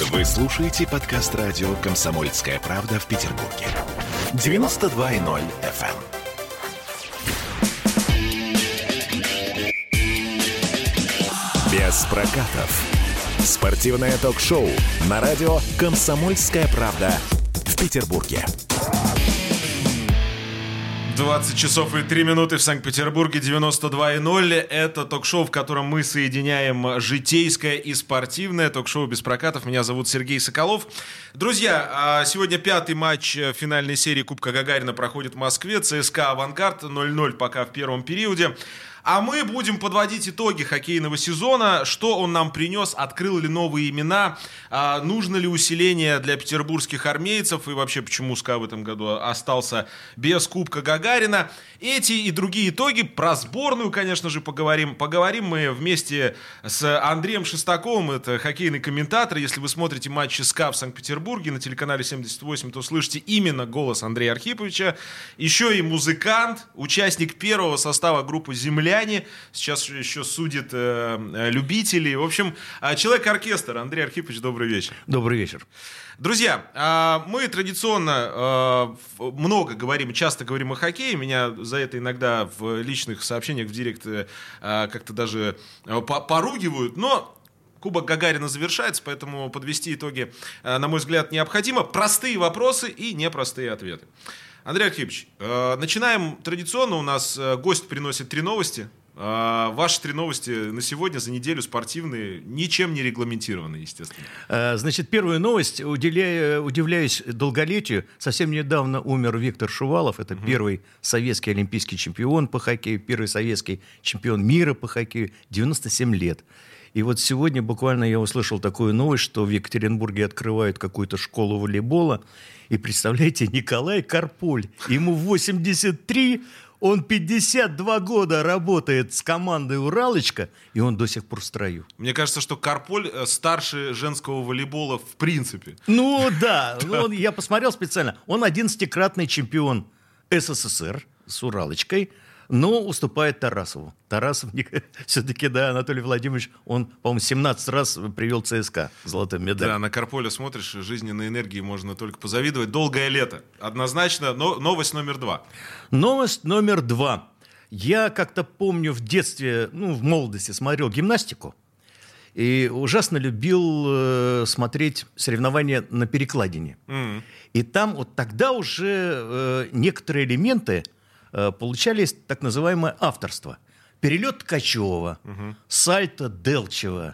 Вы слушаете подкаст радио «Комсомольская правда» в Петербурге. 92.0 FM. Без прокатов. Спортивное ток-шоу на радио «Комсомольская правда» в Петербурге. 20 часов и 3 минуты в Санкт-Петербурге, 92.0. Это ток-шоу, в котором мы соединяем житейское и спортивное. Ток-шоу без прокатов. Меня зовут Сергей Соколов. Друзья, сегодня пятый матч финальной серии Кубка Гагарина проходит в Москве. ЦСКА «Авангард» 0-0 пока в первом периоде. А мы будем подводить итоги хоккейного сезона, что он нам принес, открыл ли новые имена, нужно ли усиление для петербургских армейцев и вообще почему СКА в этом году остался без Кубка Гагарина. Эти и другие итоги, про сборную, конечно же, поговорим. Поговорим мы вместе с Андреем Шестаковым, это хоккейный комментатор. Если вы смотрите матчи СКА в Санкт-Петербурге на телеканале 78, то слышите именно голос Андрея Архиповича. Еще и музыкант, участник первого состава группы «Земля». Сейчас еще судят любители. В общем, человек-оркестр. Андрей Архипович, добрый вечер. Добрый вечер. Друзья, мы традиционно много говорим, часто говорим о хоккее. Меня за это иногда в личных сообщениях в директ как-то даже поругивают. Но Кубок Гагарина завершается, поэтому подвести итоги, на мой взгляд, необходимо. Простые вопросы и непростые ответы. Андрей Архипович, начинаем традиционно. У нас гость приносит 3 новости. Ваши 3 новости на сегодня, за неделю, спортивные, ничем не регламентированы, естественно. Значит, первая новость. Удивляюсь долголетию. Совсем недавно умер Виктор Шувалов. Это первый советский олимпийский чемпион по хоккею, первый советский чемпион мира по хоккею. 97 лет. И вот сегодня буквально я услышал такую новость, что в Екатеринбурге открывают какую-то школу волейбола. И представляете, Николай Карполь, ему 83, он 52 года работает с командой «Уралочка», и он до сих пор в строю. Мне кажется, что Карполь старше женского волейбола в принципе. Ну да, я посмотрел специально. Он 11-кратный чемпион СССР с «Уралочкой», но уступает Тарасову. Тарасов все-таки, да, Анатолий Владимирович, он, по-моему, 17 раз привел ЦСКА золотым медалью. Да, на Карполя смотришь, жизненной энергии можно только позавидовать. Долгое лето, однозначно. Но новость номер 2. Новость номер 2. Я как-то помню в детстве, в молодости смотрел гимнастику. И ужасно любил смотреть соревнования на перекладине. И там вот тогда уже некоторые элементы получались так называемое авторство. Перелет Ткачева, сальто Делчева,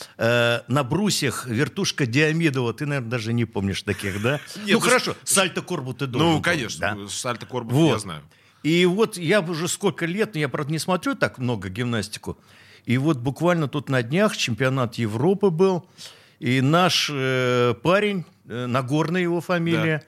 на брусьях вертушка Диамидова. Ты, наверное, даже не помнишь таких, да? Нет, хорошо, сальто Корбут ты должен. Ну, конечно, да? Сальто Корбут я знаю. И вот я уже сколько лет, я, правда, не смотрю так много гимнастику, и вот буквально тут на днях чемпионат Европы был, и наш парень, Нагорный его фамилия,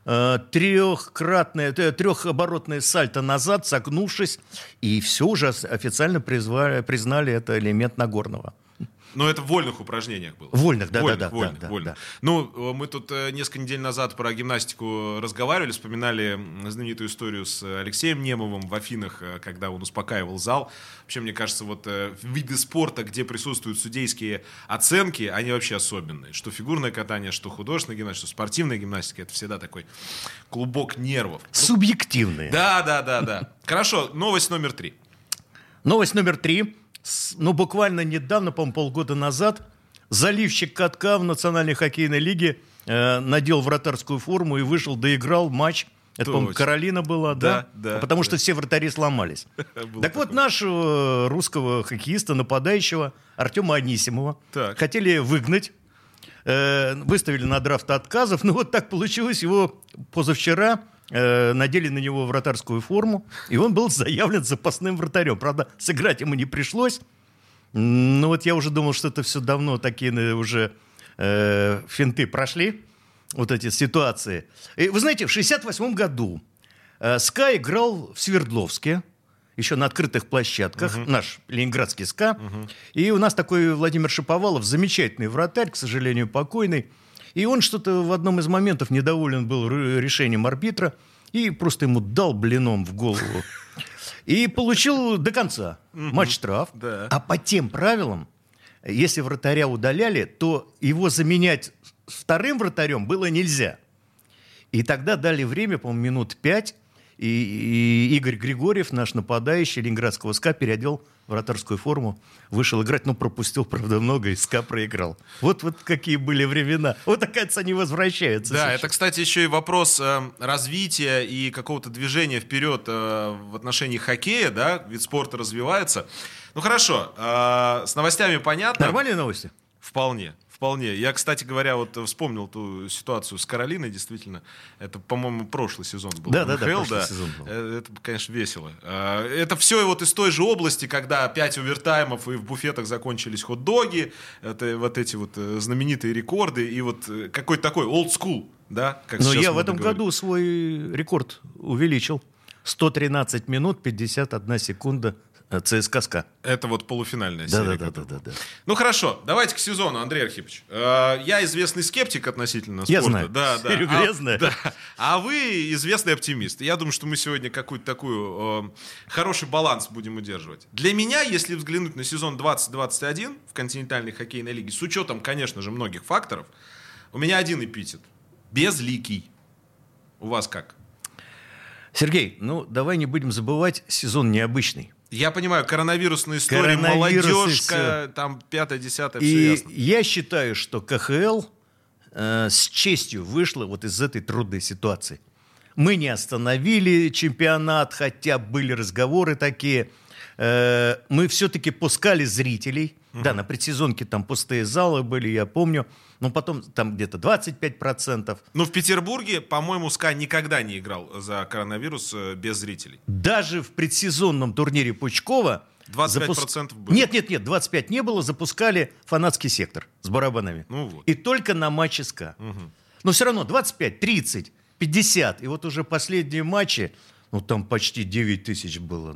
трехоборотное сальто назад, согнувшись, и все уже официально признали это элемент Нагорного. Но это в вольных упражнениях было. Вольных. Ну, мы тут несколько недель назад про гимнастику разговаривали, вспоминали знаменитую историю с Алексеем Немовым в Афинах, когда он успокаивал зал. Вообще, мне кажется, вот виды спорта, где присутствуют судейские оценки, они вообще особенные. Что фигурное катание, что художественная гимнастика, что спортивная гимнастика, это всегда такой клубок нервов. Субъективные. Да. Хорошо, новость номер 3. Новость номер 3. Буквально недавно, по-моему, полгода назад, заливщик катка в Национальной хоккейной лиге надел вратарскую форму и вышел, доиграл матч. Это, по-моему, Каролина была, да? Потому что все вратари сломались. Так вот, нашего русского хоккеиста, нападающего Артема Анисимова, хотели выгнать. Выставили на драфт отказов. Но вот так получилось, его позавчера надели на него вратарскую форму, и он был заявлен запасным вратарем. Правда, сыграть ему не пришлось. Но вот я уже думал, что это все давно такие уже финты прошли, вот эти ситуации. И вы знаете, в 1968 году СКА играл в Свердловске, еще на открытых площадках, наш ленинградский СКА. И у нас такой Владимир Шаповалов, замечательный вратарь, к сожалению, покойный. И он что-то в одном из моментов недоволен был решением арбитра и просто ему дал блином в голову. И получил до конца матч-штраф. Да. А по тем правилам если вратаря удаляли, то его заменять вторым вратарем было нельзя. И тогда дали время, по-моему, минут 5, и Игорь Григорьев, наш нападающий ленинградского СКА, переодел вратарскую форму, вышел играть, но пропустил, правда, много, и СКА проиграл. Вот какие были времена. Вот, оказывается, они возвращаются. Да, сейчас. это, кстати, еще и вопрос развития и какого-то движения вперед в отношении хоккея, да, вид спорта развивается. Ну, хорошо, с новостями понятно. Нормальные новости? Вполне. Вполне. Я, кстати говоря, вот вспомнил ту ситуацию с Каролиной, действительно. Это, по-моему, прошлый сезон был. Да, прошлый сезон был. Это, конечно, весело. Это все вот из той же области, когда 5 овертаймов и в буфетах закончились хот-доги. Это вот эти вот знаменитые рекорды. И вот какой-то такой old school, да? Как но я в этом году свой рекорд увеличил. 113 минут 51 секунда. ЦСКА СКА. Это вот полуфинальная серия. Да. Ну хорошо, давайте к сезону, Андрей Архипович. Я известный скептик относительно спорта. Я знаю. Да. Серега, я знаю. Да. А вы известный оптимист. Я думаю, что мы сегодня какой-то такой хороший баланс будем удерживать. Для меня, если взглянуть на сезон 2021 в континентальной хоккейной лиге, с учетом, конечно же, многих факторов, у меня один эпитет. Безликий. У вас как? Сергей, давай не будем забывать, сезон необычный. Я понимаю, коронавирусная история, молодежка, там 5-10, все ясно. И я считаю, что КХЛ с честью вышла вот из этой трудной ситуации. Мы не остановили чемпионат, хотя были разговоры такие. Мы все-таки пускали зрителей. Да, на предсезонке там пустые залы были, я помню. Но потом там где-то 25%. Но в Петербурге, по-моему, СКА никогда не играл за коронавирус без зрителей. Даже в предсезонном турнире Пучкова 25% было. Нет, 25 не было. Запускали фанатский сектор с барабанами. Вот. И только на матче СКА. Но все равно 25, 30, 50. И вот уже последние матчи, там почти 9 тысяч было.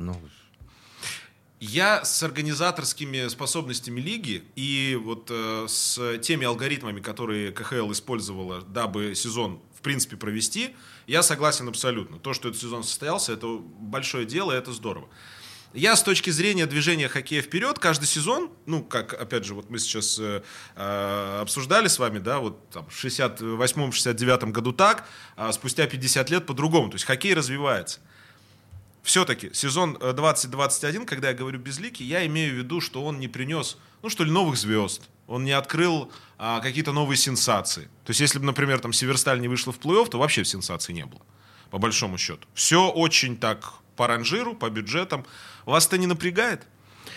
Я с организаторскими способностями лиги и вот с теми алгоритмами, которые КХЛ использовала, дабы сезон в принципе провести, я согласен абсолютно. То, что этот сезон состоялся, это большое дело, и это здорово. Я с точки зрения движения хоккея вперед, каждый сезон, как, опять же, вот мы сейчас обсуждали с вами, да, вот там в 68-69 году так, а спустя 50 лет по-другому. То есть хоккей развивается. Все-таки сезон 2021, когда я говорю безликий, я имею в виду, что он не принес, новых звезд, он не открыл какие-то новые сенсации. То есть, если бы, например, там Северсталь не вышла в плей-офф, то вообще сенсаций не было, по большому счету. Все очень так по ранжиру, по бюджетам. Вас это не напрягает?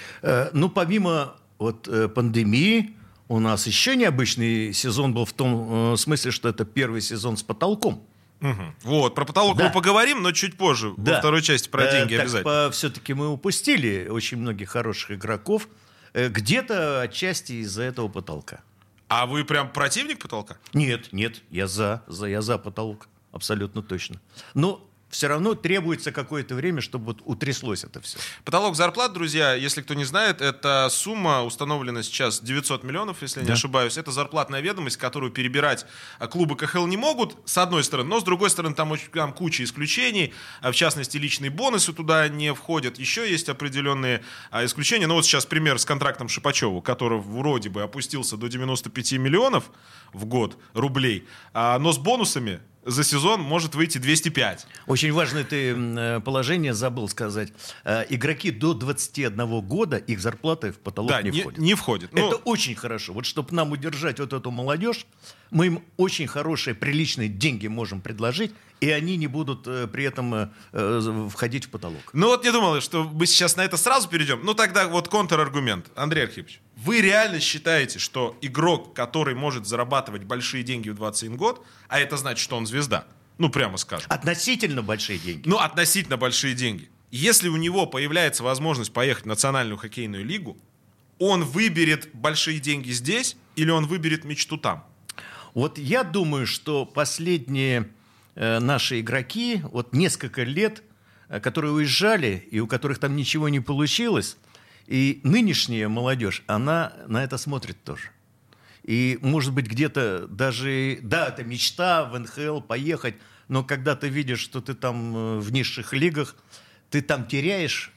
Помимо пандемии, у нас еще необычный сезон был в том смысле, что это первый сезон с потолком. Вот, про потолок мы поговорим, но чуть позже, во второй части про деньги обязательно. Все-таки мы упустили очень многих хороших игроков, где-то отчасти из-за этого потолка. А вы прям противник потолка? Нет, я за потолок, абсолютно точно. Но все равно требуется какое-то время, чтобы утряслось это все. Потолок зарплат, друзья, если кто не знает, это сумма установлена сейчас 900 миллионов, если я не ошибаюсь. Это зарплатная ведомость, которую перебирать клубы КХЛ не могут, с одной стороны, но с другой стороны там куча исключений, в частности личные бонусы туда не входят. Еще есть определенные исключения. Вот сейчас пример с контрактом Шипачеву, который вроде бы опустился до 95 миллионов в год рублей, но с бонусами за сезон может выйти 205. Очень важное ты положение забыл сказать. Игроки до 21 года, их зарплаты в потолок не входят. Не входят. Это очень хорошо. Вот чтобы нам удержать вот эту молодежь, мы им очень хорошие, приличные деньги можем предложить, и они не будут при этом входить в потолок. Не думал, что мы сейчас на это сразу перейдем. Тогда вот контраргумент. Андрей Архипович, вы реально считаете, что игрок, который может зарабатывать большие деньги в 21 год, а это значит, что он звезда, прямо скажем. Относительно большие деньги. Относительно большие деньги. Если у него появляется возможность поехать в Национальную хоккейную лигу, он выберет большие деньги здесь или он выберет мечту там? Вот я думаю, что последние наши игроки, несколько лет, которые уезжали, и у которых там ничего не получилось, и нынешняя молодежь, она на это смотрит тоже. И, может быть, где-то даже, это мечта в НХЛ поехать, но когда ты видишь, что ты там в низших лигах, ты там теряешь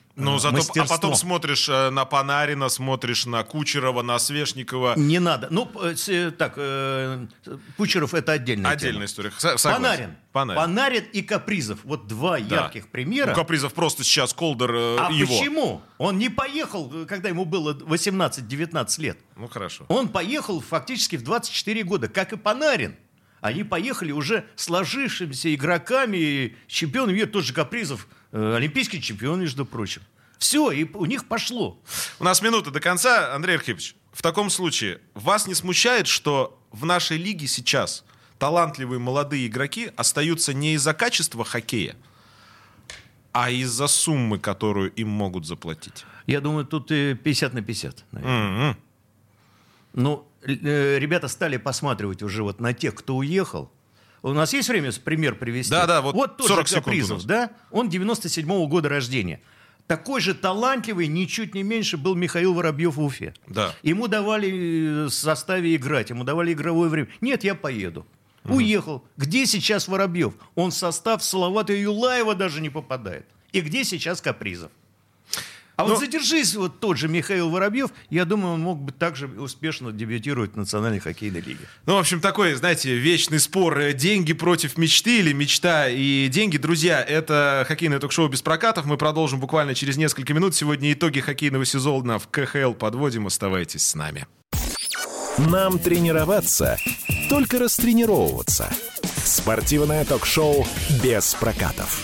Ну, зато, мастерство. а потом смотришь на Панарина, смотришь на Кучерова, на Свешникова. Не надо. Ну, Кучеров — это отдельная Отдельная история. Панарин. Панарин. Панарин и Капризов. Вот два ярких примера. Ну, Капризов просто сейчас Колдер его. Почему? Он не поехал, когда ему было 18-19 лет. Ну, хорошо. Он поехал фактически в 24 года, как и Панарин. Они поехали уже сложившимися игроками, и чемпион мира, тот же Капризов, олимпийский чемпион, между прочим. Все, и у них пошло. У нас минута до конца. Андрей Архипович, в таком случае, вас не смущает, что в нашей лиге сейчас талантливые молодые игроки остаются не из-за качества хоккея, а из-за суммы, которую им могут заплатить? Я думаю, тут 50 на 50, наверное. Ну, ребята стали посматривать уже вот на тех, кто уехал. У нас есть время пример привести? Да, вот тот 40 же секунд у Капризов, нас. да? Он 97-го года рождения. Такой же талантливый, ничуть не меньше, был Михаил Воробьев в Уфе. Да. Ему давали в составе играть, ему давали игровое время. Нет, я поеду. Уехал. Где сейчас Воробьев? Он в состав Салавата Юлаева даже не попадает. И где сейчас Капризов? А вот задержись вот тот же Михаил Воробьев, я думаю, он мог бы также успешно дебютировать в Национальной хоккейной лиге. Ну, в общем, такой, знаете, вечный спор. Деньги против мечты или мечта и деньги. Друзья, это хоккейное ток-шоу «Без прокатов». Мы продолжим буквально через несколько минут. Сегодня итоги хоккейного сезона в КХЛ подводим. Оставайтесь с нами. Нам тренироваться, только растренировываться. Спортивное ток-шоу «Без прокатов».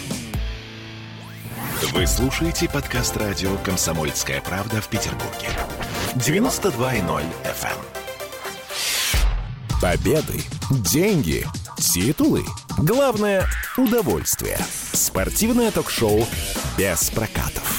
Вы слушаете подкаст радио «Комсомольская правда» в Петербурге. 92.0 FM. Победы, деньги, титулы. Главное – удовольствие. Спортивное ток-шоу «Без прокатов».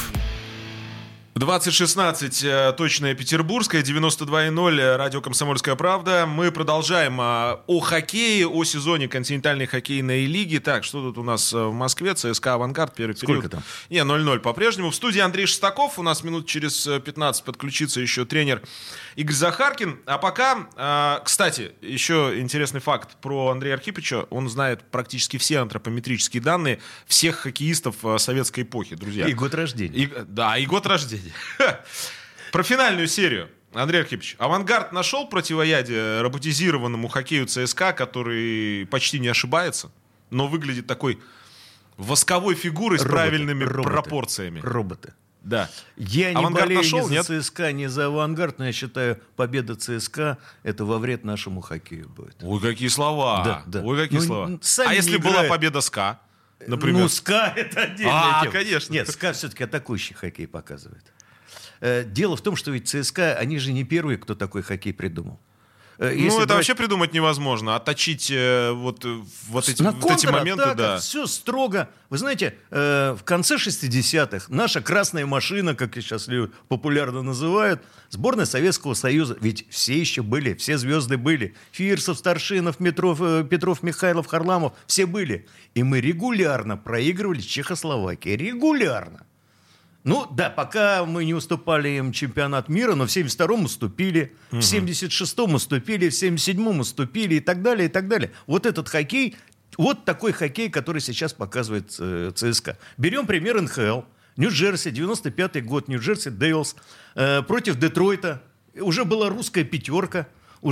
20:16, точное петербургское, 92.0, радио «Комсомольская правда». Мы продолжаем о хоккее, о сезоне континентальной хоккейной лиги. Так, что тут у нас в Москве? ЦСКА «Авангард», первый период. Сколько там? 0-0 по-прежнему. В студии Андрей Шестаков. У нас минут через 15 подключится еще тренер Игорь Захаркин. А пока, кстати, еще интересный факт про Андрея Архиповича. Он знает практически все антропометрические данные всех хоккеистов советской эпохи, друзья. И год рождения. И год рождения. Про финальную серию. Андрей Архипович, «Авангард» нашел противоядие роботизированному хоккею ЦСКА, который почти не ошибается, но выглядит такой восковой фигурой с правильными пропорциями. Роботы. Да. Я не «Авангард» болею нашел, ни нет? за ЦСКА, ни за «Авангард», но я считаю, победа ЦСКА — это во вред нашему хоккею будет. Ой, какие слова. Да. Ой, какие слова. сами А не если была играют. победа СКА, например? Ну, СКА — это отдельная тема. Конечно. Нет, СКА все-таки атакующий хоккей показывает. Дело в том, что ведь ЦСКА, они же не первые, кто такой хоккей придумал. Это вообще придумать невозможно. Отточить вот эти моменты, да. Все строго. Вы знаете, в конце 60-х наша красная машина, как сейчас популярно называют, сборная Советского Союза, ведь все еще были, все звезды были. Фирсов, Старшинов, Петров, Михайлов, Харламов, все были. И мы регулярно проигрывали Чехословакии. Регулярно. Ну, да, пока мы не уступали им чемпионат мира, но в 72-м уступили, в 76-м уступили, в 77-м уступили и так далее, и так далее. Вот этот хоккей, вот такой хоккей, который сейчас показывает ЦСКА. Берем пример НХЛ. Нью-Джерси, 95-й год, Нью-Джерси Дейлс против Детройта. Уже была русская пятерка.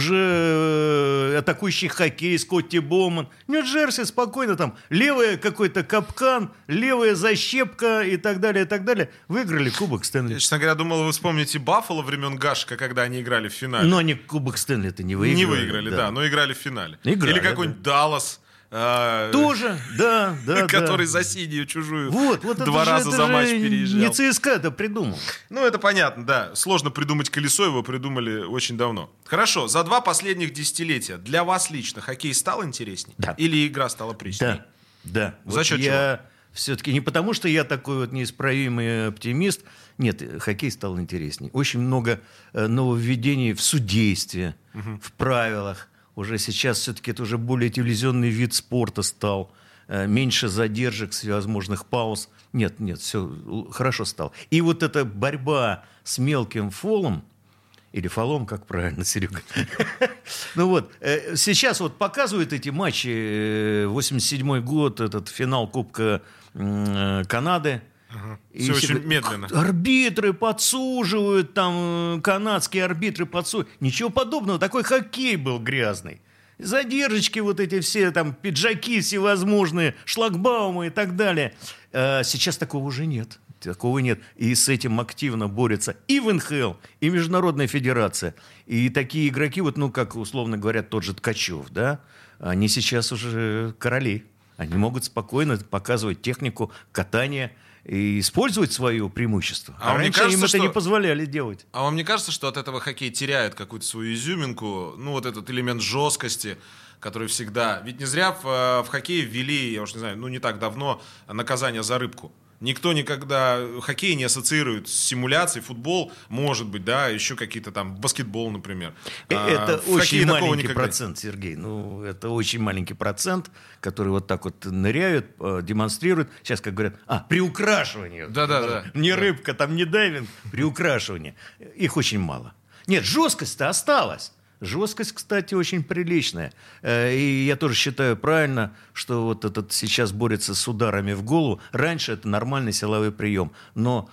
Уже атакующий хоккей, Скотти Боуман. Нью-Джерси спокойно там. Левая какой-то капкан, левая защепка и так далее, и так далее. Выиграли Кубок Стэнли. Я, честно говоря, думал, вы вспомните Баффало времен Гашека, когда они играли в финале. Но они Кубок Стэнли-то не выиграли. Не выиграли, да, но играли в финале. Играли, или какой-нибудь Даллас. Тоже, да. Который за синюю чужую вот два раза за матч переезжал. Не ЦСКА это придумал. Ну, это понятно, да. Сложно придумать колесо, его придумали очень давно. Хорошо, за 2 последних десятилетия для вас лично хоккей стал интересней? Да. Или игра стала причиной? Да. За счет чего? Все-таки не потому, что я такой вот неисправимый оптимист. Нет, хоккей стал интересней. Очень много нововведений в судействе, в правилах. Уже сейчас все-таки это уже более телевизионный вид спорта стал. Меньше задержек, всевозможных пауз. Нет, все хорошо стало. И вот эта борьба с мелким фолом, или фолом, как правильно, Серега? Ну вот, сейчас вот показывают эти матчи, 87-й год, этот финал Кубка Канады. И Все очень говорят, медленно. арбитры подсуживают, там канадские арбитры подсуживают. Ничего подобного, такой хоккей был грязный. Задержечки вот эти все, там пиджаки всевозможные, шлагбаумы и так далее. Сейчас такого уже нет. Такого нет. И с этим активно борются и в НХЛ, и Международная федерация. И такие игроки, вот, ну, как условно говорят, тот же Ткачев, да, они сейчас уже короли. Они могут спокойно показывать технику катания и использовать свое преимущество. А раньше им это не позволяли делать. А вам не кажется, что от этого хоккей теряет какую-то свою изюминку, ну, вот этот элемент жесткости, который всегда... Ведь не зря в хоккее ввели, я уж не знаю, ну, не так давно, наказание за рыбку. Никто никогда хоккей не ассоциирует с симуляцией, футбол, может быть, да, еще какие-то там, баскетбол, например. Это очень маленький процент, Сергей. Ну, это очень маленький процент, который вот так вот ныряют, демонстрируют. Сейчас, как говорят, приукрашивание. Да. Не рыбка, там не дайвинг, приукрашивание. Их очень мало. Нет, жесткость-то осталась. Жесткость, кстати, очень приличная. И я тоже считаю правильно, что вот этот сейчас борется с ударами в голову. Раньше это нормальный силовой прием. Но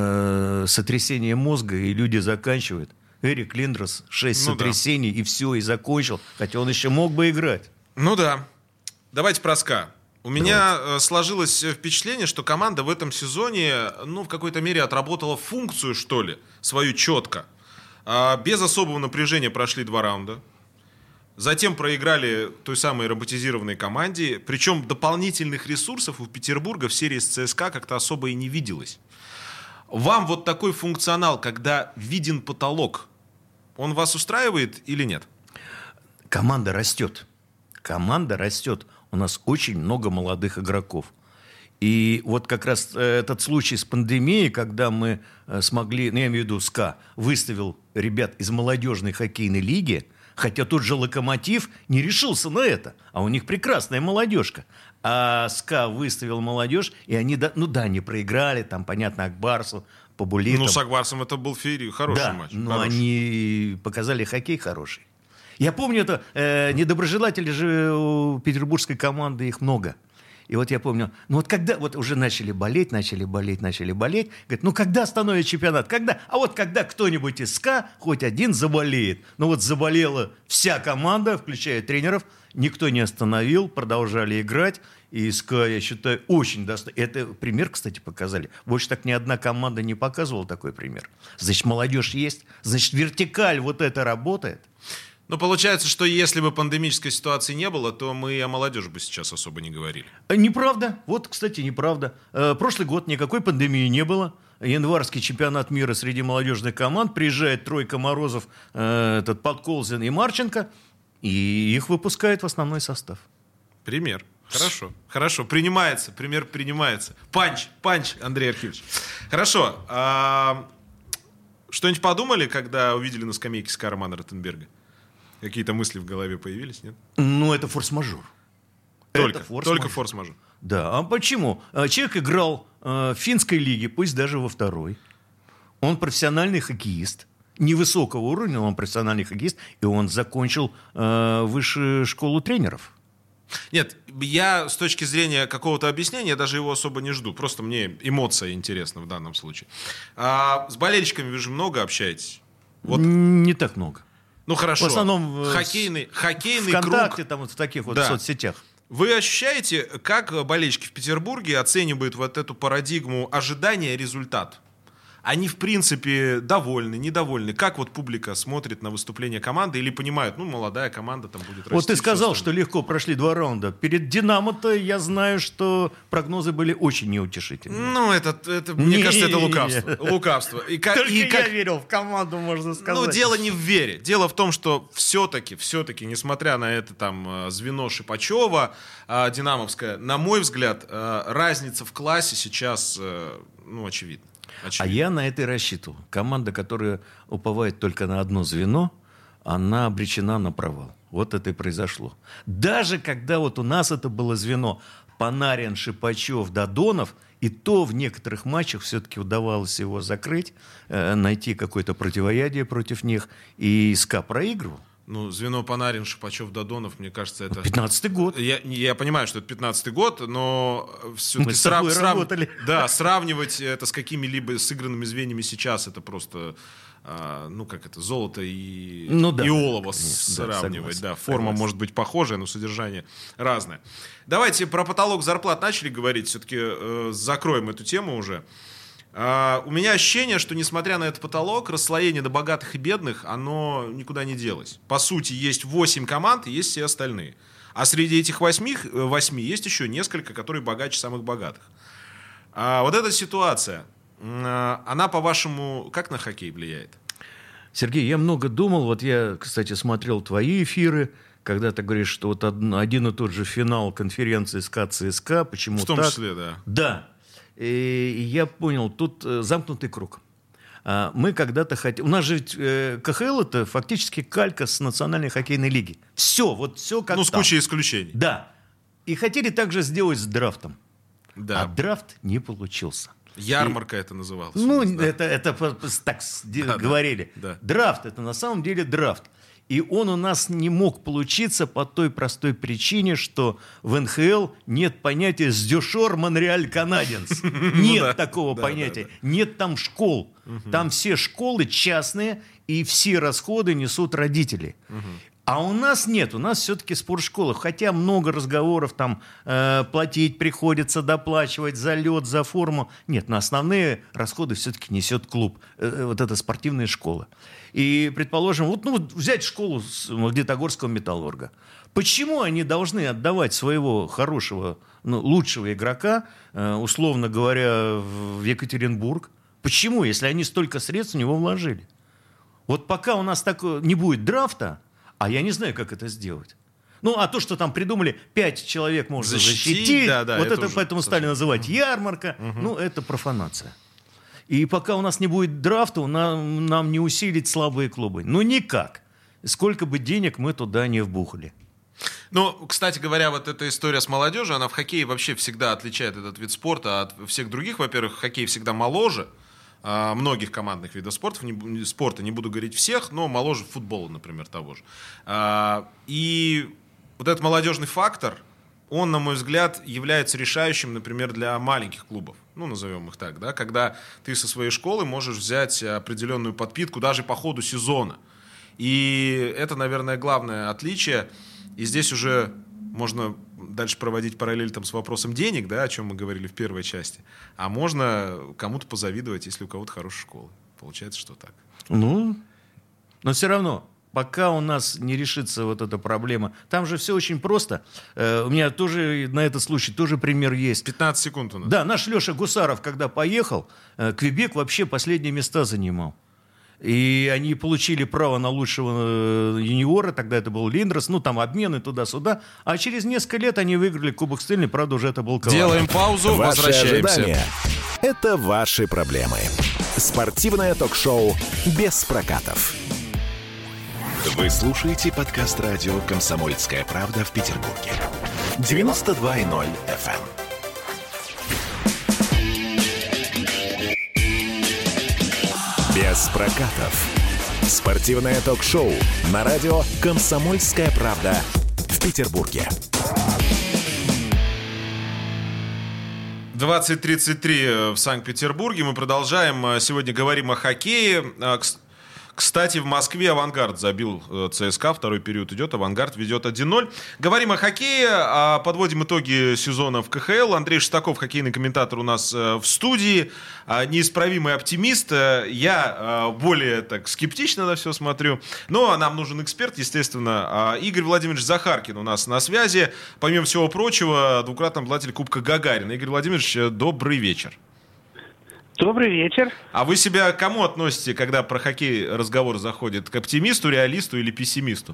сотрясение мозга, и люди заканчивают. Эрик Линдрос 6 сотрясений, и все, и закончил. Хотя он еще мог бы играть. Ну да. Давайте про СКА. У меня сложилось впечатление, что команда в этом сезоне, ну, в какой-то мере отработала функцию, что ли, свою четко. Без особого напряжения прошли 2 раунда. Затем проиграли той самой роботизированной команде. Причем дополнительных ресурсов у Петербурга в серии с ЦСКА как-то особо и не виделось. Вам вот такой функционал, когда виден потолок, он вас устраивает или нет? Команда растет. Команда растет. У нас очень много молодых игроков. И вот как раз этот случай с пандемией, когда мы смогли, ну, я имею в виду СКА, выставил ребят из молодежной хоккейной лиги, хотя тот же «Локомотив» не решился на это, а у них прекрасная молодежка. А СКА выставил молодежь, и они, не проиграли, там, понятно, Акбарсу, Побулитам. Ну, с Акбарсом это был хороший матч. Но они показали хоккей хороший. Я помню, это недоброжелатели же у петербургской команды, их много. И вот я помню, ну вот когда вот уже начали болеть, говорят, ну когда остановят чемпионат, когда? А вот когда кто-нибудь из СКА хоть один заболеет. Ну вот заболела вся команда, включая тренеров, никто не остановил, продолжали играть. И СКА, я считаю, очень достойно. Это пример, кстати, показали. Больше так ни одна команда не показывала такой пример. Значит, молодежь есть, значит, вертикаль вот это работает. Ну, получается, что если бы пандемической ситуации не было, то мы и о молодежи бы сейчас особо не говорили. Неправда. Вот, кстати, неправда. Прошлый год никакой пандемии не было. Январский чемпионат мира среди молодежных команд. Приезжает тройка Морозов, Подколзин и Марченко. И их выпускают в основной состав. Пример. Хорошо. Принимается. Пример принимается. Панч, Андрей Архивович. Хорошо. Что-нибудь подумали, когда увидели на скамейке СКА Романа Ротенберга? Какие-то мысли в голове появились, нет? Ну, это форс-мажор. Только форс-мажор. Да, а почему? Человек играл в финской лиге, пусть даже во второй. Он профессиональный хоккеист. Невысокого уровня, но он профессиональный хоккеист. И он закончил высшую школу тренеров. Нет, я с точки зрения какого-то объяснения даже его особо не жду. Просто мне эмоция интересна в данном случае. С болельщиками вы же много общаетесь? Вот. Не так много. Ну хорошо. В основном хоккейный ВКонтакте, круг. там вот в таких вот Да. соцсетях. Вы ощущаете, как болельщики в Петербурге оценивают вот эту парадигму ожидания результат? Они, в принципе, довольны, недовольны? Как вот публика смотрит на выступление команды или понимают, ну, молодая команда там будет расти? Вот ты сказал, что легко прошли 2 раунда. Перед «Динамо»-то я знаю, что прогнозы были очень неутешительные. Ну, мне кажется, это лукавство. Только я верил в команду, можно сказать. Ну, дело не в вере. Дело в том, что все-таки, несмотря на это там звено Шипачева, динамовское, на мой взгляд, разница в классе сейчас, очевидна. А я на это и рассчитывал. Команда, которая уповает только на одно звено, она обречена на провал. Вот это и произошло. Даже когда вот у нас это было звено Панарин, Шипачев, Додонов, и то в некоторых матчах все-таки удавалось его закрыть, найти какое-то противоядие против них, и СКА проигрывал. Ну, звено Панарин, Шипачев, Додонов, мне кажется, это... 15-й год. Я понимаю, что это 15-й год, но все-таки Мы с тобой работали. Да, сравнивать это с какими-либо сыгранными звеньями сейчас, это просто, золото и олово сравнивать. Да, форма может быть похожая, но содержание разное. Давайте про потолок зарплат начали говорить, все-таки закроем эту тему уже. У меня ощущение, что несмотря на этот потолок, расслоение до богатых и бедных, оно никуда не делось. По сути, есть 8 команд и есть все остальные. А среди этих 8 есть еще несколько, которые богаче самых богатых. Вот эта ситуация, она, по-вашему, как на хоккей влияет? Сергей, я много думал. Вот я, кстати, смотрел твои эфиры, когда ты говоришь, что вот один и тот же финал конференции СКА-ЦСКА. Почему так? В том числе, да. Да. И я понял, тут замкнутый круг. Мы когда-то хотели... У нас же КХЛ — это фактически калька с Национальной хоккейной лиги. Все как с кучей исключений. Да. И хотели также сделать с драфтом. Да. А драфт не получился. Ярмарка это называлось. Это так говорили. Да. Драфт — это на самом деле драфт. И он у нас не мог получиться по той простой причине, что в НХЛ нет понятия «сдюшор Монреаль Канаденс». Нет такого понятия. Нет там школ. Там все школы частные, и все расходы несут родители. А у нас нет, у нас все-таки спортшкола. Хотя много разговоров, там платить приходится, доплачивать за лед, за форму. Нет, на основные расходы все-таки несет клуб. Вот эта спортивная школа. И, предположим, взять школу Магнитогорского металлурга. Почему они должны отдавать своего хорошего, лучшего игрока, условно говоря, в Екатеринбург? Почему, если они столько средств в него вложили? Вот пока у нас не будет драфта, а я не знаю, как это сделать. А то, что там придумали, 5 человек можно защитить, это поэтому стали называть ярмарка, это профанация. И пока у нас не будет драфта, нам не усилить слабые клубы. Никак. Сколько бы денег мы туда не вбухали. Кстати говоря, вот эта история с молодежью, она в хоккее вообще всегда отличает этот вид спорта от всех других. Во-первых, хоккей всегда моложе многих командных видов спорта, не буду говорить всех, но моложе футбола, например, того же. И вот этот молодежный фактор, он, на мой взгляд, является решающим, например, для маленьких клубов. Назовем их так, да, когда ты со своей школы можешь взять определенную подпитку даже по ходу сезона. И это, наверное, главное отличие. И здесь уже можно дальше проводить параллель с вопросом денег, да, о чем мы говорили в первой части. А можно кому-то позавидовать, если у кого-то хорошая школа. Получается, что так. Но все равно, пока у нас не решится вот эта проблема, там же все очень просто. У меня тоже на этот случай тоже пример есть. 15 секунд у нас. Да, наш Леша Гусаров, когда поехал, Квебек вообще последние места занимал. И они получили право на лучшего юниора, тогда это был Линдрос, там обмены туда-сюда. А через несколько лет они выиграли Кубок Стэнли, правда, уже это был Ковалев. Делаем паузу, ваши возвращаемся. Ожидания – это ваши проблемы. Спортивное ток-шоу без прокатов. Вы слушаете подкаст радио «Комсомольская правда» в Петербурге. 92.0 FM. Без прокатов. Спортивное ток-шоу на радио «Комсомольская правда» в Петербурге. 20:33 в Санкт-Петербурге. Мы продолжаем. Сегодня говорим о хоккее. Кстати, в Москве «Авангард» забил ЦСКА. Второй период идет. «Авангард» ведет 1-0. Говорим о хоккее. Подводим итоги сезона в КХЛ. Андрей Шестаков, хоккейный комментатор, у нас в студии. Неисправимый оптимист. Я более скептично на все смотрю. Но нам нужен эксперт, естественно. Игорь Владимирович Захаркин у нас на связи. Помимо всего прочего, двукратный обладатель Кубка Гагарина. Игорь Владимирович, добрый вечер. Добрый вечер. А вы себя к кому относите, когда про хоккей разговор заходит? К оптимисту, реалисту или пессимисту?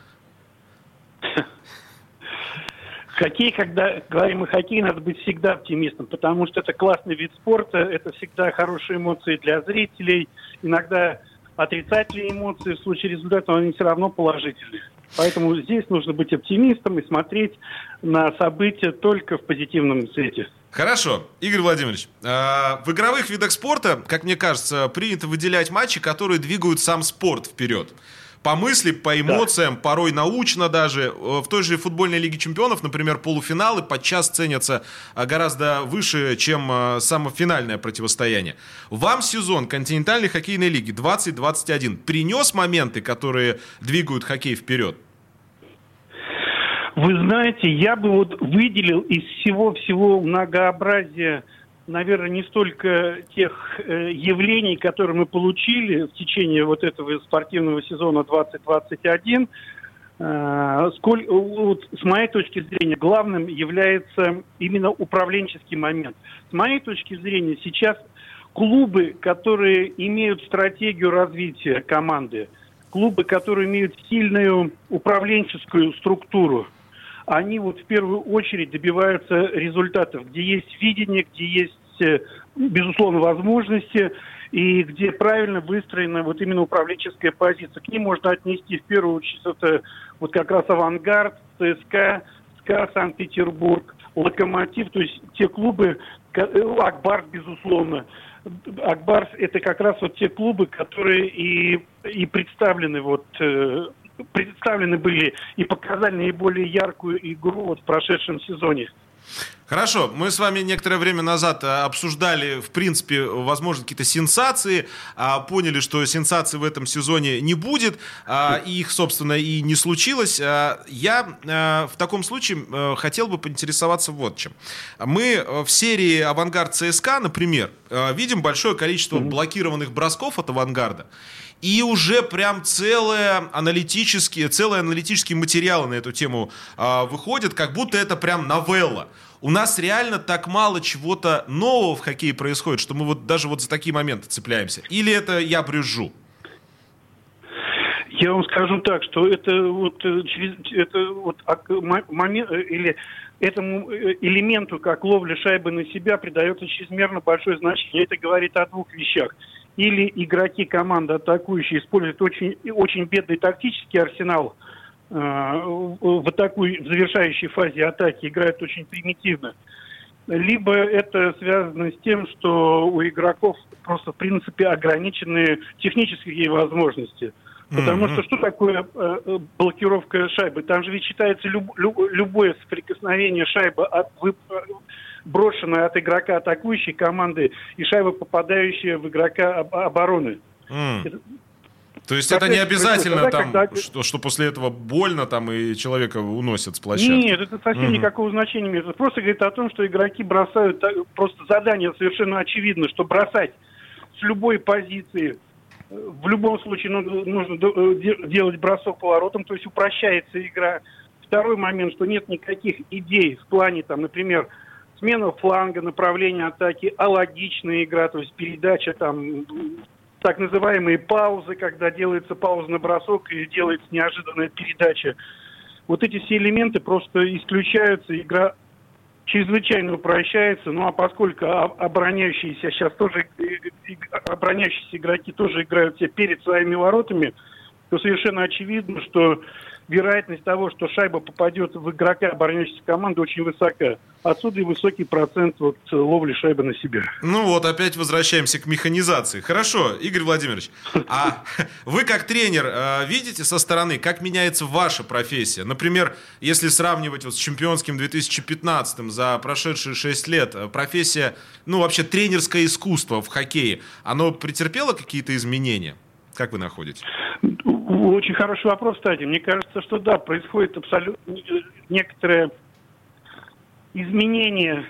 Хоккей, когда говорим о хоккее, надо быть всегда оптимистом, потому что это классный вид спорта, это всегда хорошие эмоции для зрителей, иногда отрицательные эмоции, в случае результата, но они все равно положительные. Поэтому здесь нужно быть оптимистом и смотреть на события только в позитивном свете. Хорошо. Игорь Владимирович, в игровых видах спорта, как мне кажется, принято выделять матчи, которые двигают сам спорт вперед. по мысли, по эмоциям, порой научно даже. В той же футбольной Лиге Чемпионов, например, полуфиналы подчас ценятся гораздо выше, чем само финальное противостояние. Вам сезон континентальной хоккейной лиги 2021 принес моменты, которые двигают хоккей вперед? Вы знаете, я бы вот выделил из всего многообразия, наверное, не столько тех явлений, которые мы получили в течение вот этого спортивного сезона 2021, сколько, вот, с моей точки зрения, главным является именно управленческий момент. С моей точки зрения, сейчас клубы, которые имеют стратегию развития команды, клубы, которые имеют сильную управленческую структуру, они вот в первую очередь добиваются результатов, где есть видение, где есть, безусловно, возможности, и где правильно выстроена вот именно управленческая позиция. К ним можно отнести в первую очередь это вот как раз «Авангард», ЦСКА, СКА Санкт-Петербург, «Локомотив», то есть те клубы, «Ак-Барс», безусловно. «Ак-Барс» — это как раз вот те клубы, которые и представлены представлены были и показали наиболее яркую игру вот в прошедшем сезоне. Хорошо, мы с вами некоторое время назад обсуждали, в принципе, возможно, какие-то сенсации, поняли, что сенсаций в этом сезоне не будет, и их, собственно, и не случилось. Я в таком случае хотел бы поинтересоваться вот чем. Мы в серии «Авангард ЦСКА», например, видим большое количество блокированных бросков от «Авангарда», и уже прям целые аналитические материалы на эту тему выходят, как будто это прям новелла. У нас реально так мало чего-то нового в хоккее происходит, что мы вот даже вот за такие моменты цепляемся. Или это я брюзжу? Я вам скажу так, что этому элементу, как ловля шайбы на себя, придается чрезмерно большое значение. Это говорит о двух вещах. Или игроки команды атакующие используют очень бедный тактический арсенал, в завершающей фазе атаки играют очень примитивно. Либо это связано с тем, что у игроков просто в принципе ограниченные технические возможности. Потому что такое блокировка шайбы? Там же ведь считается любое соприкосновение шайбы брошенная от игрока атакующей команды и шайба, попадающая в игрока обороны. То есть это не обязательно, что после этого больно там, и человека уносят с площадки? Нет, это совсем никакого значения не имеет. Это просто говорит о том, что игроки бросают, просто задание совершенно очевидно, что бросать с любой позиции, в любом случае нужно делать бросок поворотом, то есть упрощается игра. Второй момент, что нет никаких идей в плане, там, например, смена фланга, направление атаки, алогичная игра, то есть передача, там, так называемые паузы, когда делается пауза на бросок и делается неожиданная передача. Вот эти все элементы просто исключаются, игра чрезвычайно упрощается. Ну а поскольку обороняющиеся игроки тоже играют все перед своими воротами, то совершенно очевидно, что вероятность того, что шайба попадет в игрока обороняющейся команды, очень высока. Отсюда и высокий процент ловли шайбы на себя. Ну вот, опять возвращаемся к механизации. Хорошо, Игорь Владимирович, а вы как тренер видите со стороны, как меняется ваша профессия? Например, если сравнивать с чемпионским 2015 за прошедшие 6 лет, профессия, вообще тренерское искусство в хоккее, оно претерпело какие-то изменения? Как вы находите? Очень хороший вопрос, кстати. Мне кажется, что да, происходит абсолютно некоторое изменение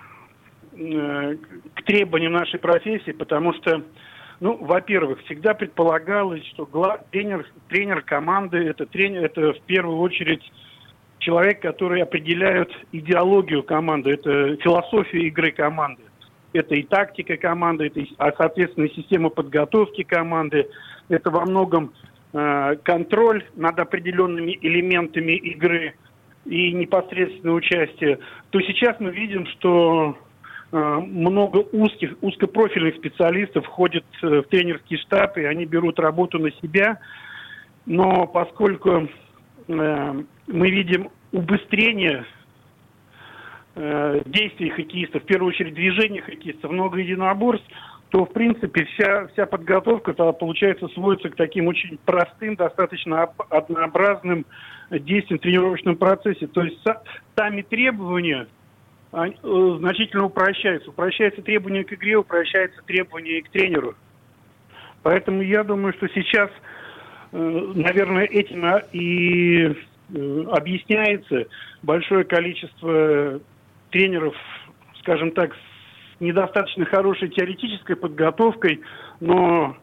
к требованиям нашей профессии, потому что, во-первых, всегда предполагалось, что тренер команды это в первую очередь человек, который определяет идеологию команды, это философия игры команды. Это и тактика команды, это, соответственно, система подготовки команды. Это во многом контроль над определенными элементами игры и непосредственное участие. То сейчас мы видим, что много узкопрофильных специалистов входят в тренерский штаб, и они берут работу на себя. Но поскольку мы видим убыстрение действий хоккеистов, в первую очередь движения хоккеистов, много единоборств, то, в принципе, вся подготовка, получается, сводится к таким очень простым, достаточно однообразным действиям в тренировочном процессе. То есть сами требования значительно упрощаются. Упрощаются требования к игре, упрощаются требования и к тренеру. Поэтому я думаю, что сейчас, наверное, этим и объясняется большое количество тренеров, скажем так, с недостаточно хорошей теоретической подготовкой, но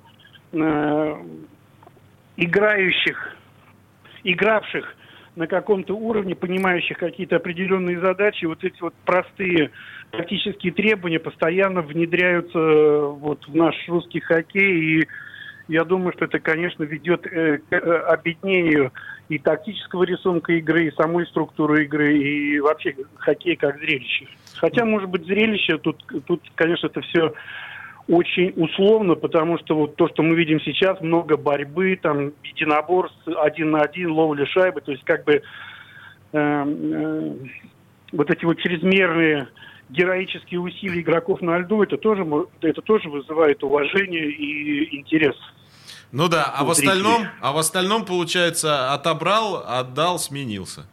игравших на каком-то уровне, понимающих какие-то определенные задачи, вот эти вот простые тактические требования постоянно внедряются вот в наш русский хоккей, и я думаю, что это, конечно, ведет к обеднению и тактического рисунка игры, и самой структуры игры, и вообще хоккей как зрелище. Хотя, может быть, зрелище, тут, конечно, это все очень условно, потому что вот то, что мы видим сейчас, много борьбы, там, единоборств, 1 на 1, ловля шайбы, то есть как бы вот эти вот чрезмерные героические усилия игроков на льду, это тоже вызывает уважение и интерес. Ну да, а в остальном, получается, отобрал, отдал, сменился.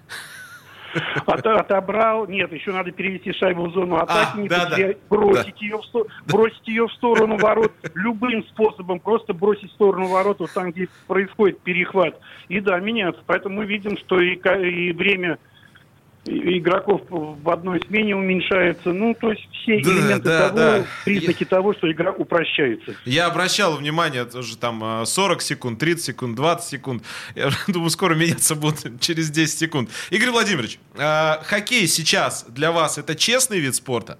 Отобрал, нет, еще надо перевести шайбу в зону атаки, бросить ее в сторону ворот, любым способом просто бросить в сторону ворот, вот там, где происходит перехват, и да, меняться. Поэтому мы видим, что и время игроков в одной смене уменьшается. Ну, то есть все элементы признаки того, что игра упрощается. Я обращал внимание, тоже там 40 секунд, 30 секунд, 20 секунд. Я думаю, скоро меняться будут через 10 секунд. Игорь Владимирович, хоккей сейчас для вас это честный вид спорта?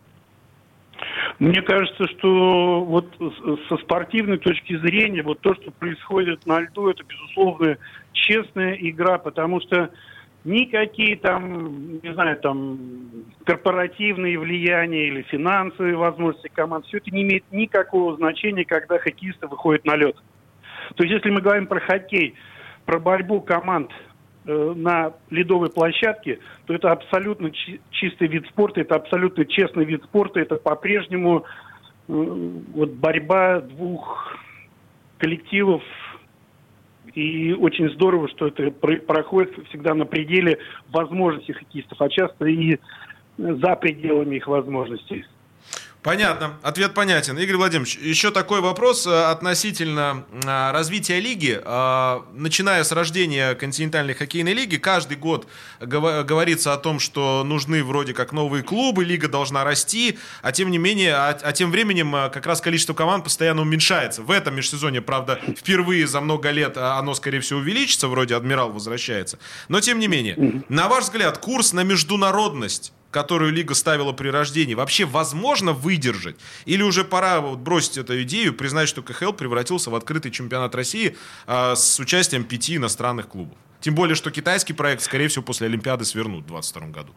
Мне кажется, что вот со спортивной точки зрения, вот то, что происходит на льду, это, безусловно, честная игра, потому что никакие там, не знаю, там корпоративные влияния или финансовые возможности команд, все это не имеет никакого значения, когда хоккеисты выходят на лед. То есть, если мы говорим про хоккей, про борьбу команд на ледовой площадке, то это абсолютно чистый вид спорта, это абсолютно честный вид спорта, это по-прежнему вот борьба двух коллективов. И очень здорово, что это проходит всегда на пределе возможностей хоккеистов, а часто и за пределами их возможностей. Понятно, ответ понятен. Игорь Владимирович, еще такой вопрос относительно развития лиги. Начиная с рождения континентальной хоккейной лиги, каждый год говорится о том, что нужны вроде как новые клубы, лига должна расти, а тем не менее, тем временем как раз количество команд постоянно уменьшается. В этом межсезонье, правда, впервые за много лет оно, скорее всего, увеличится, вроде Адмирал возвращается. Но тем не менее, на ваш взгляд, курс на международность, которую лига ставила при рождении, вообще возможно выдержать? Или уже пора вот бросить эту идею, признать, что КХЛ превратился в открытый чемпионат России с участием 5 иностранных клубов? Тем более, что китайский проект, скорее всего, после Олимпиады свернут в 2022 году.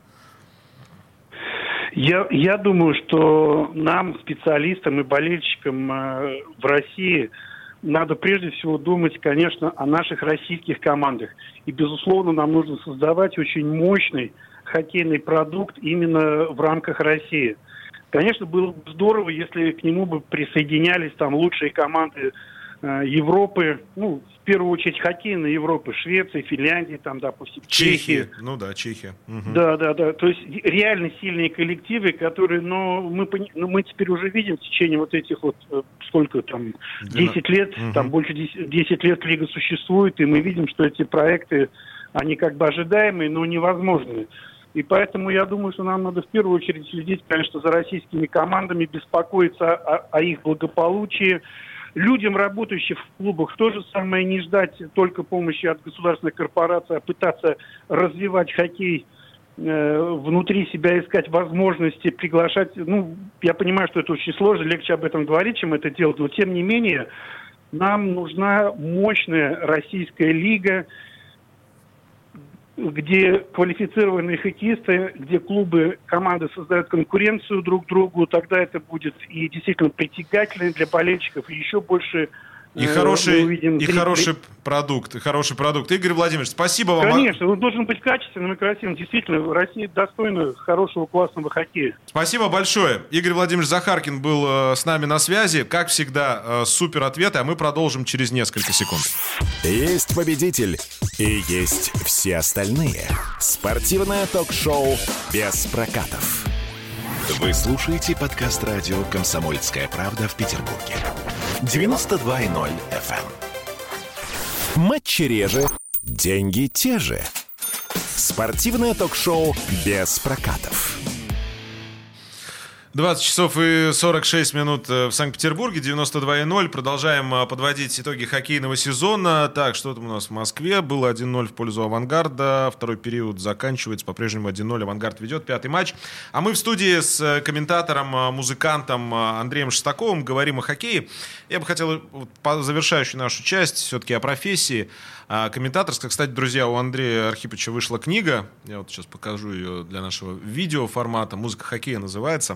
Я думаю, что нам, специалистам и болельщикам в России, надо прежде всего думать, конечно, о наших российских командах. И, безусловно, нам нужно создавать очень мощный хоккейный продукт именно в рамках России. Конечно, было бы здорово, если к нему бы присоединялись там лучшие команды Европы, ну, в первую очередь хоккейной Европы, Швеции, Финляндии, там, допустим, Чехии. Ну да, Чехия. Угу. Да. То есть реально сильные коллективы, которые, мы теперь уже видим в течение вот этих вот, сколько там, 10 лет, там больше 10 лет лига существует, и мы видим, что эти проекты, они как бы ожидаемые, но невозможные. И поэтому я думаю, что нам надо в первую очередь следить, конечно, за российскими командами, беспокоиться о их благополучии. Людям, работающим в клубах, то же самое, не ждать только помощи от государственных корпораций, а пытаться развивать хоккей внутри себя, искать возможности, приглашать. Ну, я понимаю, что это очень сложно, легче об этом говорить, чем это делать, но тем не менее нам нужна мощная российская лига, где квалифицированные хоккеисты, где клубы, команды создают конкуренцию друг другу, тогда это будет и действительно притягательно для болельщиков, и еще больше И мы хороший, увидим и хороший продукт, Игорь Владимирович, спасибо вам. Конечно, он должен быть качественным и красивым. Действительно, Россия достойна хорошего, классного хоккея. Спасибо большое. Игорь Владимирович Захаркин был с нами на связи. Как всегда, супер ответы, а мы продолжим через несколько секунд. Есть победитель и есть все остальные. Спортивное ток-шоу без прокатов. Вы слушаете подкаст радио «Комсомольская правда» в Петербурге. 92.0 FM. Матчи реже, деньги те же. Спортивное ток-шоу без прокатов. 20 часов и 46 минут в Санкт-Петербурге, 92.0. Продолжаем подводить итоги хоккейного сезона. Так, что там у нас в Москве? Было 1-0 в пользу «Авангарда». Второй период заканчивается. По-прежнему 1-0. «Авангард» ведет. Пятый матч. А мы в студии с комментатором, музыкантом Андреем Шестаковым говорим о хоккее. Я бы хотел, по завершающей нашу часть, все-таки о профессии комментаторской. Кстати, друзья, у Андрея Архиповича вышла книга. Я вот сейчас покажу ее для нашего видеоформата. «Музыка хоккея» называется.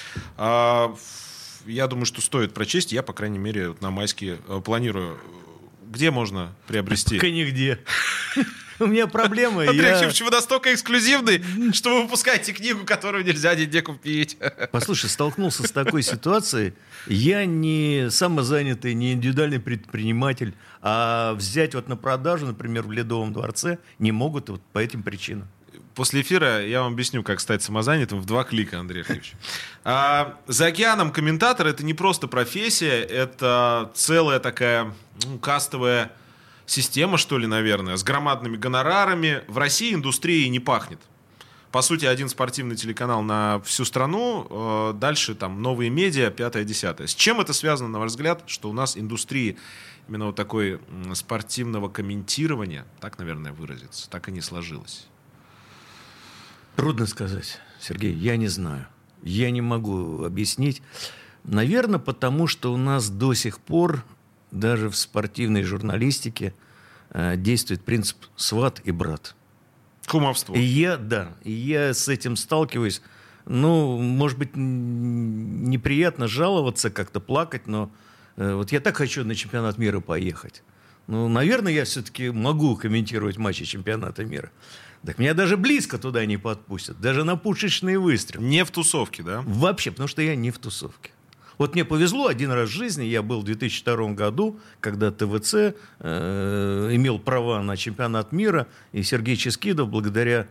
Я думаю, что стоит прочесть. Я, по крайней мере, на майские планирую. Где можно приобрести? Пока нигде. У меня проблемы. Андрей Архипович, вы настолько эксклюзивный, что вы выпускаете книгу, которую нельзя нигде купить. Послушай, столкнулся с такой ситуацией. Я не самозанятый, не индивидуальный предприниматель, а взять вот на продажу, например, в Ледовом дворце не могут вот по этим причинам. После эфира я вам объясню, как стать самозанятым в 2 клика, Андрей Архипович. За океаном комментатор — это не просто профессия, это целая такая кастовая система, что ли, наверное, с громадными гонорарами. В России индустрией не пахнет. По сути, один спортивный телеканал на всю страну, дальше там новые медиа, 5-10. С чем это связано, на ваш взгляд, что у нас индустрии именно вот такой спортивного комментирования, так, наверное, выразиться, так и не сложилось? Трудно сказать, Сергей, я не знаю. Я не могу объяснить. Наверное, потому что у нас до сих пор даже в спортивной журналистике действует принцип «сват и брат». Кумовство. И я с этим сталкиваюсь. Ну, может быть, неприятно жаловаться, как-то плакать, но вот я так хочу на чемпионат мира поехать. Ну, наверное, я все-таки могу комментировать матчи чемпионата мира. Так меня даже близко туда не подпустят, даже на пушечный выстрел. Не в тусовке, да? Вообще, потому что я не в тусовке. Вот мне повезло один раз в жизни, я был в 2002 году, когда ТВЦ имел права на чемпионат мира, и Сергей Ческидов, благодаря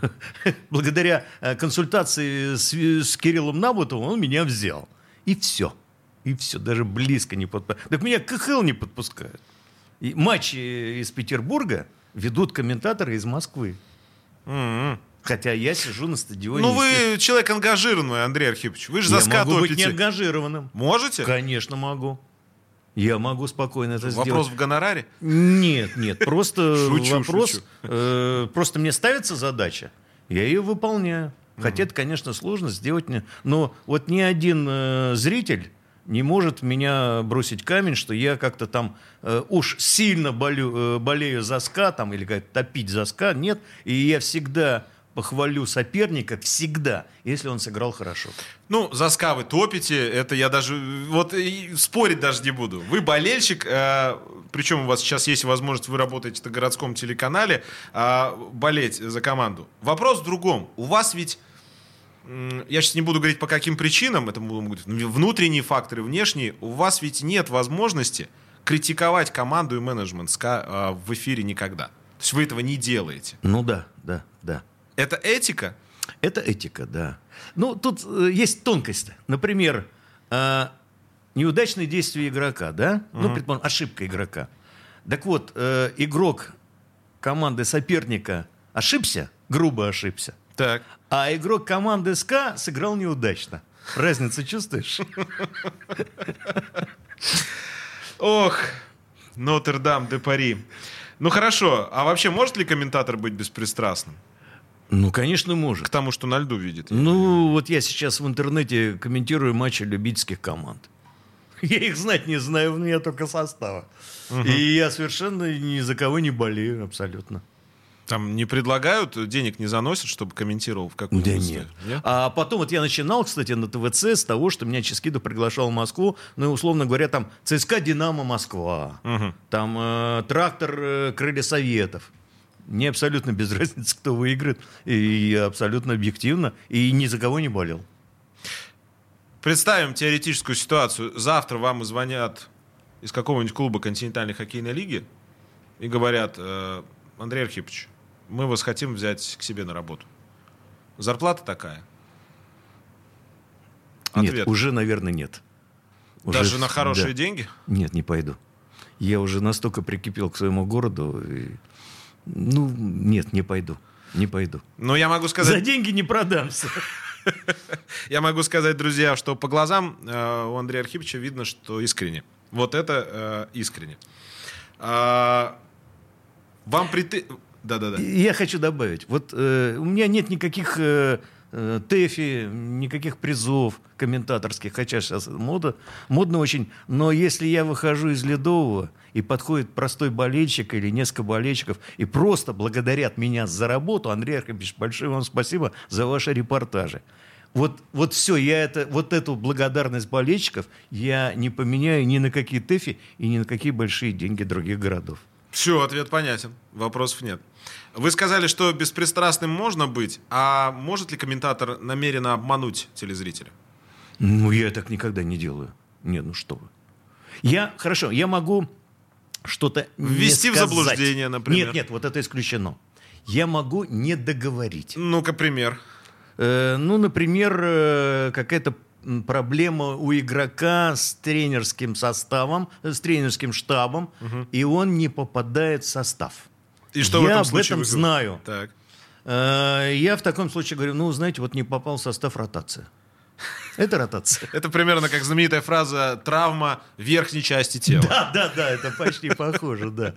консультации с Кириллом Набутовым, он меня взял. И все, даже близко не подпускают. Так меня КХЛ не подпускают. И матчи из Петербурга ведут комментаторы из Москвы. Хотя я сижу на стадионе. Ну, вы человек ангажированный, Андрей Архипович. Вы же за СКА топите. Я могу быть неангажированным. Можете? Конечно, могу. Я могу спокойно это сделать. Вопрос в гонораре? Нет, просто Шучу. Просто мне ставится задача, я ее выполняю. Хотя это, конечно, сложно сделать. Но вот ни один зритель не может в меня бросить камень, что я как-то там уж сильно болею за СКА, там, или как-то топить за СКА. Нет. И я всегда похвалю соперника, всегда, если он сыграл хорошо. Ну, за СКА вы топите, это я даже, вот спорить даже не буду. Вы болельщик, причем у вас сейчас есть возможность, вы работаете на городском телеканале, болеть за команду. Вопрос в другом. У вас ведь, я сейчас не буду говорить по каким причинам, это могут быть внутренние факторы, внешние, у вас ведь нет возможности критиковать команду и менеджмент СКА в эфире никогда. То есть вы этого не делаете. Ну да. Это этика? Это этика, да. Ну, тут есть тонкость. Например, неудачные действия игрока, да? Ну, предположим, ошибка игрока. Так вот, игрок команды соперника ошибся, грубо ошибся. Так. А игрок команды СКА сыграл неудачно. Разницу чувствуешь? Ох, Нотр-Дам-де-Пари. Ну хорошо, а вообще может ли комментатор быть беспристрастным? Ну, конечно, может. К тому, что на льду видит. Ну, вот я сейчас в интернете комментирую матчи любительских команд. Я их знать не знаю, у меня только состава. И я совершенно ни за кого не болею, абсолютно. Там не предлагают, денег не заносят, чтобы комментировал в каком-то Да нет. А потом вот я начинал, кстати, на ТВЦ с того, что меня Ческидов приглашал в Москву, ну и, условно говоря, там ЦСКА «Динамо Москва», там «Трактор Крылья Советов». Мне абсолютно без разницы, кто выиграет, и абсолютно объективно, и ни за кого не болел. Представим теоретическую ситуацию. Завтра вам звонят из какого-нибудь клуба континентальной хоккейной лиги и говорят: Андрей Архипович, мы вас хотим взять к себе на работу. Зарплата такая. Ответ. Нет, уже, наверное, нет. Даже на хорошие деньги? Нет, не пойду. Я уже настолько прикипел к своему городу. Нет, не пойду. Не пойду. Но я могу сказать... За деньги не продамся. Я могу сказать, друзья, что по глазам у Андрея Архиповича видно, что искренне. Вот это искренне. Вам Да-да-да. Я хочу добавить. Вот у меня нет никаких ТЭФИ, никаких призов комментаторских, хотя сейчас модно очень. Но если я выхожу из Ледового, и подходит простой болельщик или несколько болельщиков, и просто благодарят меня за работу: Андрей Архипович, большое вам спасибо за ваши репортажи. Вот все, вот эту благодарность болельщиков я не поменяю ни на какие ТЭФИ и ни на какие большие деньги других городов. Все, ответ понятен, вопросов нет. Вы сказали, что беспристрастным можно быть, а может ли комментатор намеренно обмануть телезрителя? Я так никогда не делаю. Нет, ну что вы. Я могу что-то ввести не в заблуждение, например. Нет, вот это исключено. Я могу не договорить. Ну-ка, пример. Например, какая-то проблема у игрока с тренерским составом, с тренерским штабом, и он не попадает в состав. И что я в этом случае об этом знаю. Так. Я в таком случае говорю: знаете, вот не попал в состав — ротация. Это ротация. Это примерно как знаменитая фраза «травма верхней части тела». Да, это почти похоже, да.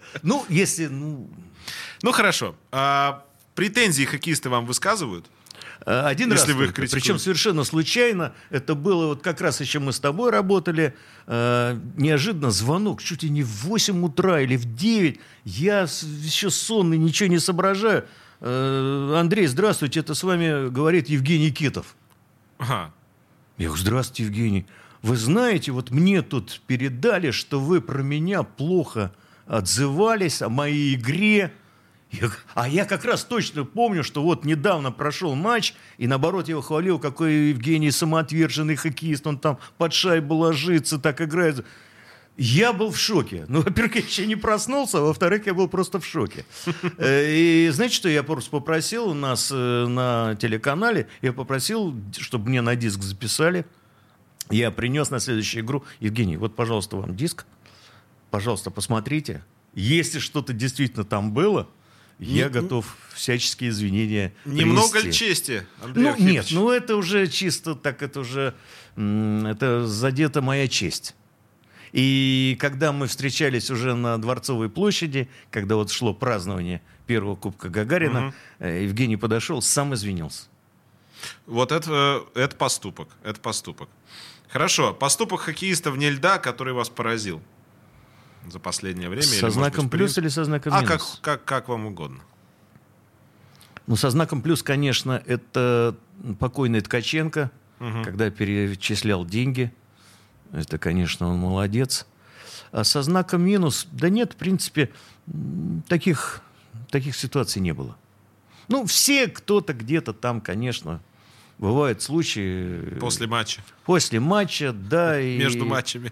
Хорошо. Претензии хоккеисты вам высказывают? Один если раз вы их только, критикуете. причем совершенно случайно. Это было вот как раз еще мы с тобой работали. Неожиданно звонок, чуть ли не в 8 утра или в 9. Я еще сонный, ничего не соображаю. Андрей, здравствуйте, это с вами говорит Евгений Китов. Ага. Я говорю: здравствуйте, Евгений. Вы знаете, вот мне тут передали, что вы про меня плохо отзывались о моей игре. А я как раз точно помню, что вот недавно прошел матч, и наоборот я его хвалил, какой Евгений самоотверженный хоккеист, он там под шайбу ложится, так играет. Я был в шоке. Во-первых, я еще не проснулся, а во-вторых, я был просто в шоке. И знаете, что я просто попросил у нас на телеканале? Я попросил, чтобы мне на диск записали. Я принес на следующую игру: Евгений, вот, пожалуйста, вам диск. Пожалуйста, посмотрите. Если что-то действительно там было, я готов всяческие извинения Немного ли принести. чести, Андрей Архипович? Нет, это уже чисто так, это задета моя честь. И когда мы встречались уже на Дворцовой площади, когда вот шло празднование первого Кубка Гагарина, Евгений подошел, сам извинился. Вот это поступок. Это поступок. Хорошо. Поступок хоккеиста вне льда, который вас поразил за последнее время. Со знаком плюс или со знаком минус? Как вам угодно. Со знаком плюс, конечно, это покойный Ткаченко, когда перечислял деньги. Это, конечно, он молодец. А со знаком минус, да нет, в принципе, таких ситуаций не было. Все кто-то где-то там, конечно, бывают случаи. После матча. После матча, да. Между матчами.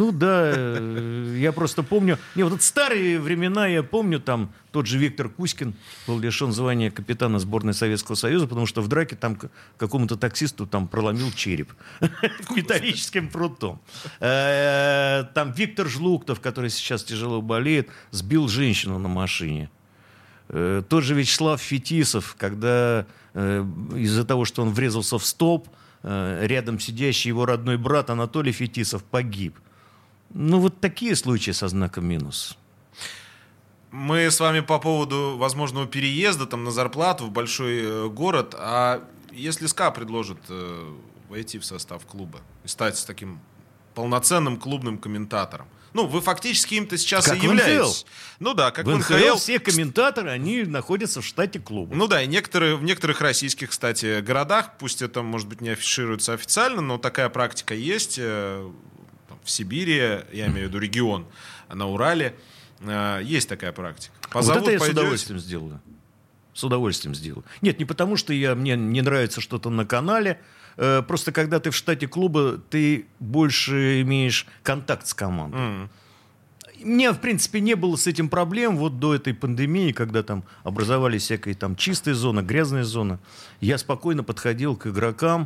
Я просто помню. Вот старые времена я помню, там тот же Виктор Кузькин был лишен звания капитана сборной Советского Союза, потому что в драке там какому-то таксисту там проломил череп металлическим прутом. Там Виктор Жлуктов, который сейчас тяжело болеет, сбил женщину на машине. Тот же Вячеслав Фетисов, когда из-за того, что он врезался в столб, рядом сидящий его родной брат Анатолий Фетисов погиб. Вот такие случаи со знаком минус. Мы с вами по поводу возможного переезда там, на зарплату в большой город. А если СКА предложит войти в состав клуба и стать таким полноценным клубным комментатором, Ну, вы фактически им-то сейчас Как и в являетесь. НХЛ. Ну да, как В в НХЛ НХЛ. все комментаторы, они находятся в штате клуба. Ну да, и в некоторых российских, кстати, городах, пусть это, может быть, не афишируется официально, но такая практика есть. В Сибири, я имею в виду регион, на Урале, есть такая практика. Вот это я пойдете. с удовольствием сделаю. С удовольствием сделаю. Нет, не потому, что мне не нравится что-то на канале. Просто когда ты в штате клуба, ты больше имеешь контакт с командой. Мне, в принципе, не было с этим проблем вот до этой пандемии, когда там образовались всякие там чистые зоны, грязные зоны. Я спокойно подходил к игрокам,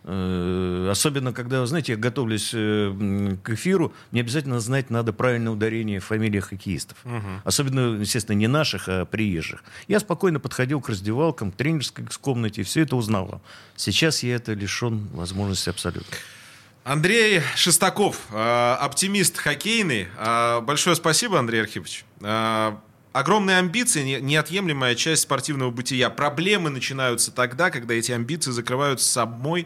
особенно когда, знаете, я готовлюсь к эфиру, мне обязательно знать надо правильное ударение в фамилиях хоккеистов. Особенно, естественно, не наших, а приезжих. Я спокойно подходил к раздевалкам, к тренерской комнате и все это узнавал. Сейчас я это лишен возможности абсолютно. Андрей Шестаков, оптимист хоккейный. Большое спасибо, Андрей Архипович. Огромные амбиции – неотъемлемая часть спортивного бытия. Проблемы начинаются тогда, когда эти амбиции закрывают собой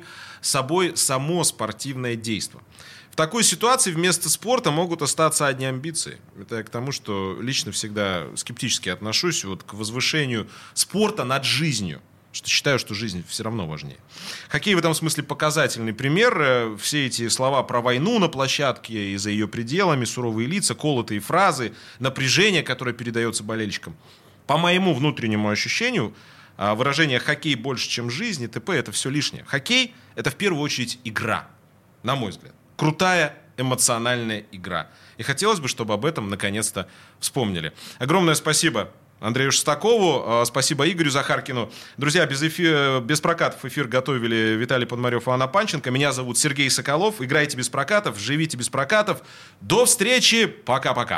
само спортивное действо. В такой ситуации вместо спорта могут остаться одни амбиции. Это я к тому, что лично всегда скептически отношусь вот к возвышению спорта над жизнью. Что считаю, что жизнь все равно важнее. Хоккей в этом смысле показательный пример. Все эти слова про войну на площадке и за ее пределами, суровые лица, колотые фразы, напряжение, которое передается болельщикам. По моему внутреннему ощущению, выражение «хоккей больше, чем жизнь» и т.п. это все лишнее. Хоккей — это в первую очередь игра, на мой взгляд. Крутая, эмоциональная игра. И хотелось бы, чтобы об этом наконец-то вспомнили. Огромное спасибо Андрею Шестакову, спасибо Игорю Захаркину. Друзья, без прокатов эфир готовили Виталий Пономарев и Анна Панченко. Меня зовут Сергей Соколов. Играйте без прокатов, живите без прокатов. До встречи. Пока-пока.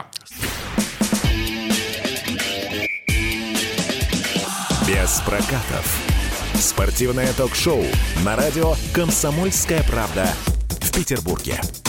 Без прокатов. Спортивное ток-шоу на радио «Комсомольская правда» в Петербурге.